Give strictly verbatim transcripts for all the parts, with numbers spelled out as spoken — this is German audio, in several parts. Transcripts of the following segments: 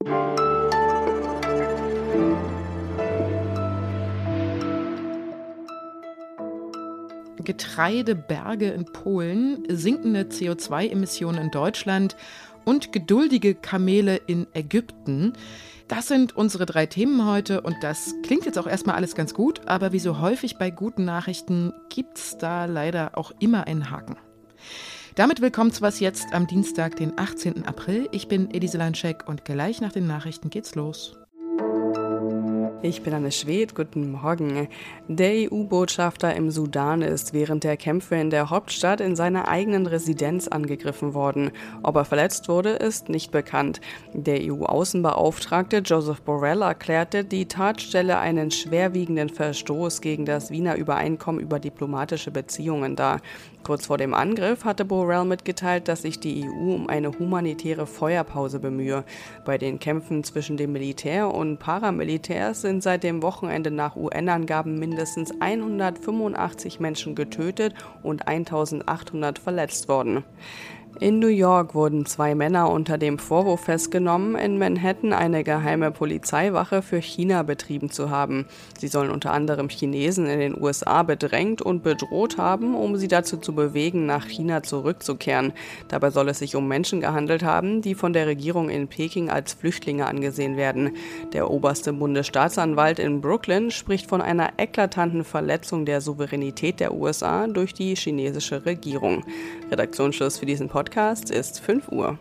Getreideberge in Polen, sinkende C O zwei Emissionen in Deutschland und geduldige Kamele in Ägypten. Das sind unsere drei Themen heute und das klingt jetzt auch erstmal alles ganz gut, aber wie so häufig bei guten Nachrichten gibt's da leider auch immer einen Haken. Damit willkommen zu Was jetzt am Dienstag, den achtzehnten April. Ich bin Elise Lanschek und gleich nach den Nachrichten geht's los. Ich bin Anne Schwedt, guten Morgen. Der E U-Botschafter im Sudan ist während der Kämpfe in der Hauptstadt in seiner eigenen Residenz angegriffen worden. Ob er verletzt wurde, ist nicht bekannt. Der E U-Außenbeauftragte Joseph Borrell erklärte, die Tat stelle einen schwerwiegenden Verstoß gegen das Wiener Übereinkommen über diplomatische Beziehungen dar. Kurz vor dem Angriff hatte Borrell mitgeteilt, dass sich die E U um eine humanitäre Feuerpause bemühe. Bei den Kämpfen zwischen dem Militär und Paramilitärs sind seit dem Wochenende nach U N-Angaben mindestens hundertfünfundachtzig Menschen getötet und eintausendachthundert verletzt worden. In New York wurden zwei Männer unter dem Vorwurf festgenommen, in Manhattan eine geheime Polizeiwache für China betrieben zu haben. Sie sollen unter anderem Chinesen in den U S A bedrängt und bedroht haben, um sie dazu zu bewegen, nach China zurückzukehren. Dabei soll es sich um Menschen gehandelt haben, die von der Regierung in Peking als Flüchtlinge angesehen werden. Der oberste Bundesstaatsanwalt in Brooklyn spricht von einer eklatanten Verletzung der Souveränität der U S A durch die chinesische Regierung. Redaktionsschluss für diesen Podcast Podcast ist fünf Uhr.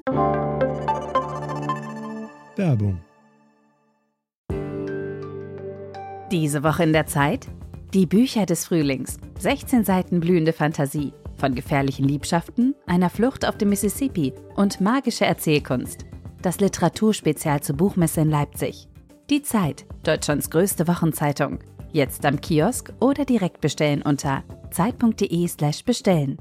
Werbung. Diese Woche in der Zeit? Die Bücher des Frühlings. sechzehn Seiten blühende Fantasie. Von gefährlichen Liebschaften, einer Flucht auf dem Mississippi und magische Erzählkunst. Das Literaturspezial zur Buchmesse in Leipzig. Die Zeit, Deutschlands größte Wochenzeitung. Jetzt am Kiosk oder direkt bestellen unter zeit.de slash bestellen.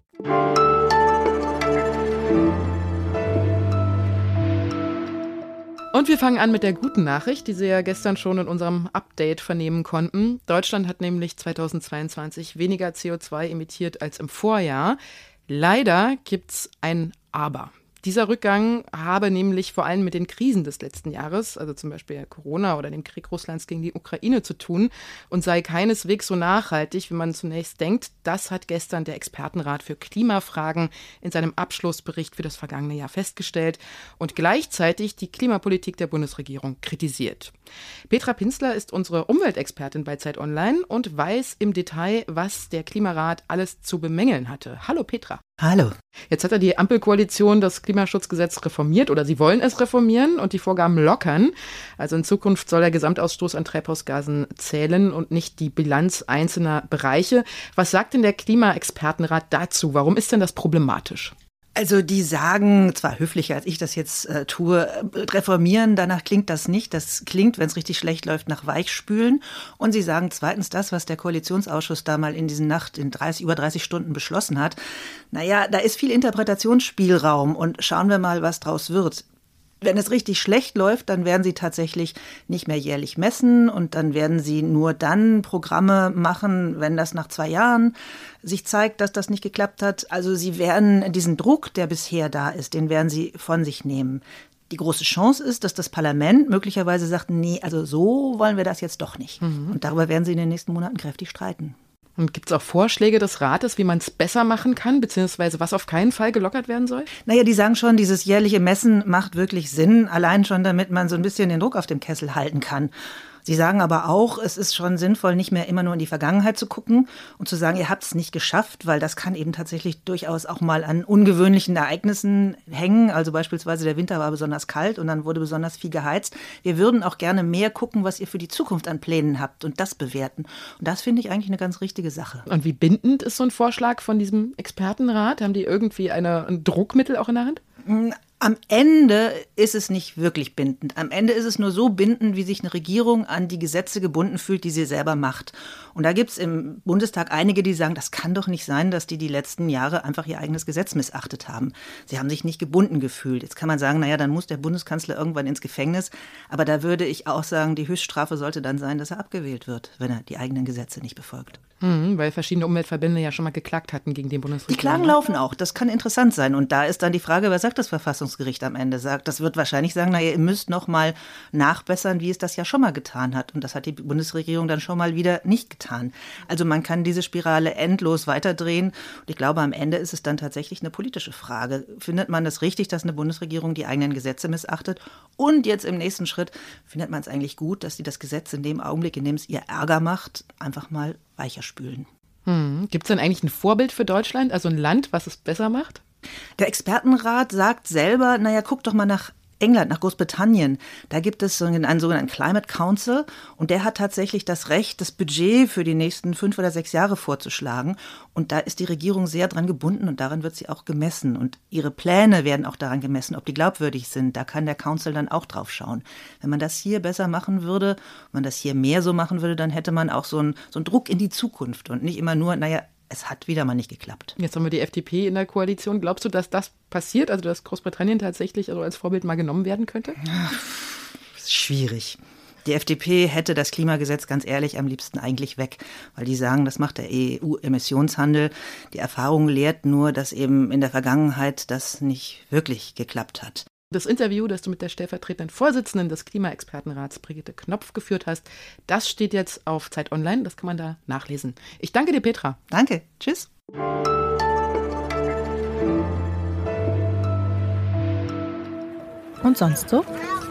Und wir fangen an mit der guten Nachricht, die Sie ja gestern schon in unserem Update vernehmen konnten. Deutschland hat nämlich zweitausendzweiundzwanzig weniger C O zwei emittiert als im Vorjahr. Leider gibt's ein Aber. Dieser Rückgang habe nämlich vor allem mit den Krisen des letzten Jahres, also zum Beispiel Corona oder dem Krieg Russlands gegen die Ukraine zu tun und sei keineswegs so nachhaltig, wie man zunächst denkt. Das hat gestern der Expertenrat für Klimafragen in seinem Abschlussbericht für das vergangene Jahr festgestellt und gleichzeitig die Klimapolitik der Bundesregierung kritisiert. Petra Pinzler ist unsere Umweltexpertin bei Zeit Online und weiß im Detail, was der Klimarat alles zu bemängeln hatte. Hallo Petra. Hallo. Jetzt hat ja die Ampelkoalition das Klimaschutzgesetz reformiert oder sie wollen es reformieren und die Vorgaben lockern. Also in Zukunft soll der Gesamtausstoß an Treibhausgasen zählen und nicht die Bilanz einzelner Bereiche. Was sagt denn der Klimaexpertenrat dazu? Warum ist denn das problematisch? Also die sagen, zwar höflicher als ich das jetzt äh, tue, reformieren, danach klingt das nicht. Das klingt, wenn es richtig schlecht läuft, nach Weichspülen. Und sie sagen zweitens das, was der Koalitionsausschuss da mal in diesen Nacht in dreißig, über dreißig Stunden beschlossen hat. Naja, da ist viel Interpretationsspielraum und schauen wir mal, was draus wird. Wenn es richtig schlecht läuft, dann werden sie tatsächlich nicht mehr jährlich messen und dann werden sie nur dann Programme machen, wenn das nach zwei Jahren sich zeigt, dass das nicht geklappt hat. Also sie werden diesen Druck, der bisher da ist, den werden sie von sich nehmen. Die große Chance ist, dass das Parlament möglicherweise sagt, nee, also so wollen wir das jetzt doch nicht. Mhm. Und darüber werden sie in den nächsten Monaten kräftig streiten. Und gibt es auch Vorschläge des Rates, wie man es besser machen kann, beziehungsweise was auf keinen Fall gelockert werden soll? Naja, die sagen schon, dieses jährliche Messen macht wirklich Sinn, allein schon damit man so ein bisschen den Druck auf dem Kessel halten kann. Sie sagen aber auch, es ist schon sinnvoll, nicht mehr immer nur in die Vergangenheit zu gucken und zu sagen, ihr habt es nicht geschafft, weil das kann eben tatsächlich durchaus auch mal an ungewöhnlichen Ereignissen hängen. Also beispielsweise der Winter war besonders kalt und dann wurde besonders viel geheizt. Wir würden auch gerne mehr gucken, was ihr für die Zukunft an Plänen habt und das bewerten. Und das finde ich eigentlich eine ganz richtige Sache. Und wie bindend ist so ein Vorschlag von diesem Expertenrat? Haben die irgendwie eine, ein Druckmittel auch in der Hand? Am Ende ist es nicht wirklich bindend. Am Ende ist es nur so bindend, wie sich eine Regierung an die Gesetze gebunden fühlt, die sie selber macht. Und da gibt es im Bundestag einige, die sagen, das kann doch nicht sein, dass die die letzten Jahre einfach ihr eigenes Gesetz missachtet haben. Sie haben sich nicht gebunden gefühlt. Jetzt kann man sagen, naja, dann muss der Bundeskanzler irgendwann ins Gefängnis. Aber da würde ich auch sagen, die Höchststrafe sollte dann sein, dass er abgewählt wird, wenn er die eigenen Gesetze nicht befolgt. Hm, weil verschiedene Umweltverbände ja schon mal geklagt hatten gegen den Bundesregierung. Die Klagen laufen auch. Das kann interessant sein. Und da ist dann die Frage, was sagt das Verfassungsgericht Bundesverfassungsgericht am Ende sagt. Das wird wahrscheinlich sagen, naja, ihr müsst noch mal nachbessern, wie es das ja schon mal getan hat. Und das hat die Bundesregierung dann schon mal wieder nicht getan. Also man kann diese Spirale endlos weiterdrehen. Und ich glaube, am Ende ist es dann tatsächlich eine politische Frage. Findet man es richtig, dass eine Bundesregierung die eigenen Gesetze missachtet? Und jetzt im nächsten Schritt, findet man es eigentlich gut, dass sie das Gesetz in dem Augenblick, in dem es ihr Ärger macht, einfach mal weicher spülen? Hm. Gibt es denn eigentlich ein Vorbild für Deutschland, also ein Land, was es besser macht? Der Expertenrat sagt selber, naja, guck doch mal nach England, nach Großbritannien. Da gibt es einen sogenannten Climate Council und der hat tatsächlich das Recht, das Budget für die nächsten fünf oder sechs Jahre vorzuschlagen. Und da ist die Regierung sehr dran gebunden und daran wird sie auch gemessen. Und ihre Pläne werden auch daran gemessen, ob die glaubwürdig sind. Da kann der Council dann auch drauf schauen. Wenn man das hier besser machen würde, wenn man das hier mehr so machen würde, dann hätte man auch so einen, so einen Druck in die Zukunft und nicht immer nur, naja, es hat wieder mal nicht geklappt. Jetzt haben wir die F D P in der Koalition. Glaubst du, dass das passiert, also dass Großbritannien tatsächlich also als Vorbild mal genommen werden könnte? Ach, das ist schwierig. Die F D P hätte das Klimagesetz ganz ehrlich am liebsten eigentlich weg, weil die sagen, das macht der E U-Emissionshandel. Die Erfahrung lehrt nur, dass eben in der Vergangenheit das nicht wirklich geklappt hat. Das Interview, das du mit der stellvertretenden Vorsitzenden des Klimaexpertenrats Brigitte Knopf geführt hast, das steht jetzt auf Zeit Online, das kann man da nachlesen. Ich danke dir, Petra. Danke, tschüss. Und sonst so?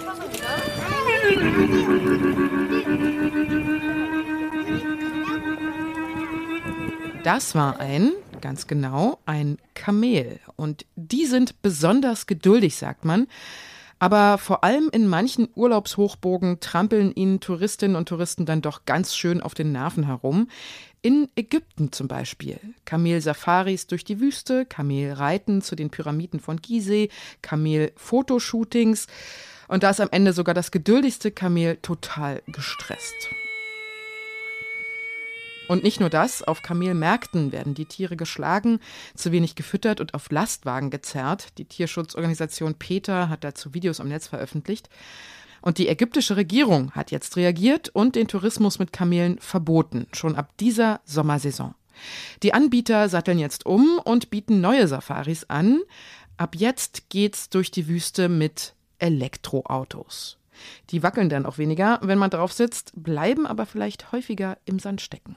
Das war ein, ganz genau, ein Kamel. Und die sind besonders geduldig, sagt man. Aber vor allem in manchen Urlaubshochburgen trampeln ihnen Touristinnen und Touristen dann doch ganz schön auf den Nerven herum. In Ägypten zum Beispiel. Kamel-Safaris durch die Wüste, Kamelreiten zu den Pyramiden von Gizeh, Kamel-Fotoshootings. Und da ist am Ende sogar das geduldigste Kamel total gestresst. Und nicht nur das, auf Kamelmärkten werden die Tiere geschlagen, zu wenig gefüttert und auf Lastwagen gezerrt. Die Tierschutzorganisation PETA hat dazu Videos im Netz veröffentlicht. Und die ägyptische Regierung hat jetzt reagiert und den Tourismus mit Kamelen verboten, schon ab dieser Sommersaison. Die Anbieter satteln jetzt um und bieten neue Safaris an. Ab jetzt geht's durch die Wüste mit Elektroautos. Die wackeln dann auch weniger, wenn man drauf sitzt, bleiben aber vielleicht häufiger im Sand stecken.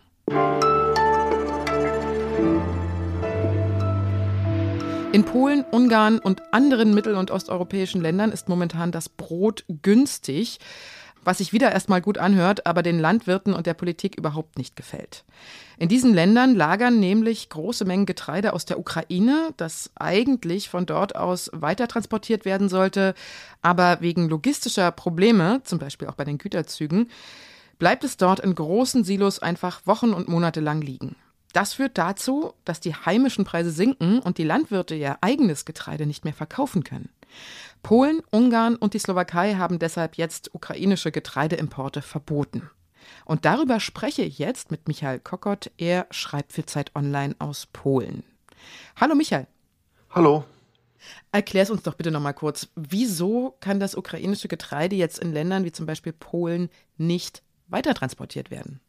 In Polen, Ungarn und anderen mittel- und osteuropäischen Ländern ist momentan das Brot günstig, was sich wieder erstmal gut anhört, aber den Landwirten und der Politik überhaupt nicht gefällt. In diesen Ländern lagern nämlich große Mengen Getreide aus der Ukraine, das eigentlich von dort aus weiter transportiert werden sollte, aber wegen logistischer Probleme, zum Beispiel auch bei den Güterzügen, bleibt es dort in großen Silos einfach Wochen und Monate lang liegen. Das führt dazu, dass die heimischen Preise sinken und die Landwirte ihr eigenes Getreide nicht mehr verkaufen können. Polen, Ungarn und die Slowakei haben deshalb jetzt ukrainische Getreideimporte verboten. Und darüber spreche ich jetzt mit Michael Kokot. Er schreibt für Zeit Online aus Polen. Hallo Michael. Hallo. Erklär es uns doch bitte nochmal kurz. Wieso kann das ukrainische Getreide jetzt in Ländern wie zum Beispiel Polen nicht weitertransportiert werden?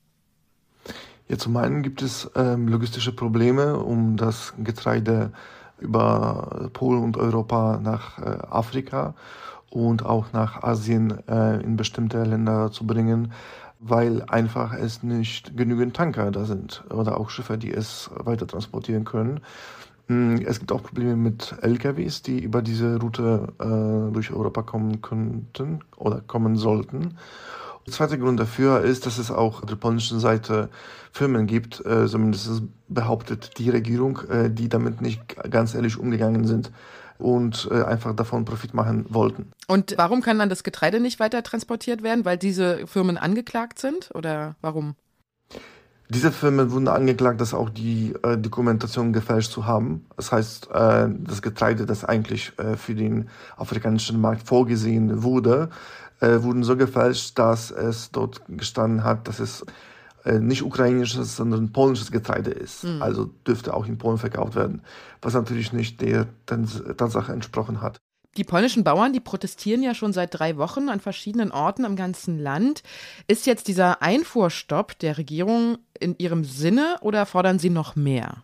Ja, zum einen gibt es ähm, logistische Probleme, um das Getreide über Polen und Europa nach äh, Afrika und auch nach Asien äh, in bestimmte Länder zu bringen, weil einfach es nicht genügend Tanker da sind oder auch Schiffe, die es weiter transportieren können. Es gibt auch Probleme mit L K Ws, die über diese Route äh, durch Europa kommen könnten oder kommen sollten. Der zweite Grund dafür ist, dass es auch auf der polnischen Seite Firmen gibt, äh, zumindest behauptet die Regierung, äh, die damit nicht ganz ehrlich umgegangen sind und äh, einfach davon Profit machen wollten. Und warum kann dann das Getreide nicht weiter transportiert werden? Weil diese Firmen angeklagt sind? Oder warum? Diese Firmen wurden angeklagt, dass auch die äh, Dokumentation gefälscht zu haben. Das heißt, äh, das Getreide, das eigentlich äh, für den afrikanischen Markt vorgesehen wurde, äh, wurden so gefälscht, dass es dort gestanden hat, dass es äh, nicht ukrainisches, sondern polnisches Getreide ist. Mhm. Also dürfte auch in Polen verkauft werden, was natürlich nicht der Tatsache entsprochen hat. Die polnischen Bauern, die protestieren ja schon seit drei Wochen an verschiedenen Orten im ganzen Land. Ist jetzt dieser Einfuhrstopp der Regierung in ihrem Sinne oder fordern sie noch mehr?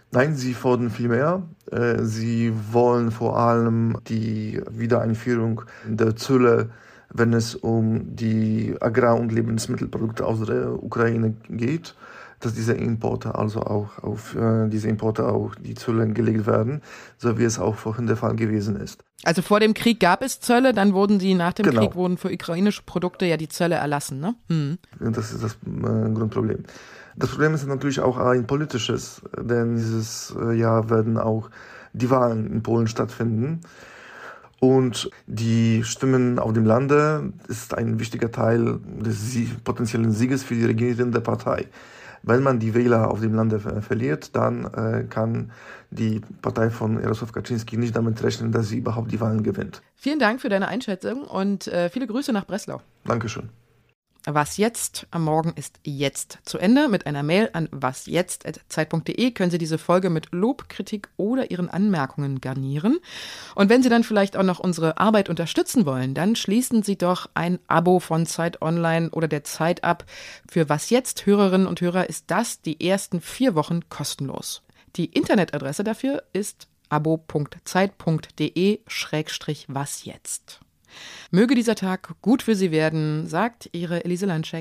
Nein, sie fordern viel mehr. Sie wollen vor allem die Wiedereinführung der Zölle, wenn es um die Agrar- und Lebensmittelprodukte aus der Ukraine geht, dass diese Importe also auch auf äh, diese Importe auch die Zölle gelegt werden, so wie es auch vorhin der Fall gewesen ist. Also vor dem Krieg gab es Zölle, dann wurden sie nach dem Genau. Krieg wurden für ukrainische Produkte ja die Zölle erlassen, ne? Hm. Das ist das äh, Grundproblem. Das Problem ist natürlich auch ein politisches, denn dieses äh, Jahr werden auch die Wahlen in Polen stattfinden. Und die Stimmen auf dem Lande ist ein wichtiger Teil des Sie- potenziellen Sieges für die regierende Partei. Wenn man die Wähler auf dem Lande ver- verliert, dann äh, kann die Partei von Jarosław Kaczynski nicht damit rechnen, dass sie überhaupt die Wahlen gewinnt. Vielen Dank für deine Einschätzung und äh, viele Grüße nach Breslau. Dankeschön. Was jetzt am Morgen ist jetzt zu Ende. Mit einer Mail an wasjetzt at zeit punkt de können Sie diese Folge mit Lob, Kritik oder Ihren Anmerkungen garnieren. Und wenn Sie dann vielleicht auch noch unsere Arbeit unterstützen wollen, dann schließen Sie doch ein Abo von Zeit Online oder der Zeit ab. Für Was jetzt Hörerinnen und Hörer ist das die ersten vier Wochen kostenlos. Die Internetadresse dafür ist abo punkt zeit punkt de schrägstrich wasjetzt. Möge dieser Tag gut für Sie werden, sagt Ihre Elise Landschek.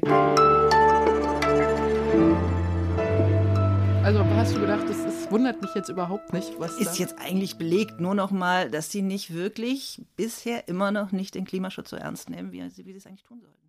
Also hast du gedacht, das ist, wundert mich jetzt überhaupt nicht, was Ist da jetzt eigentlich belegt, nur noch mal, dass sie nicht wirklich bisher immer noch nicht den Klimaschutz so ernst nehmen, wie sie, wie sie es eigentlich tun sollten.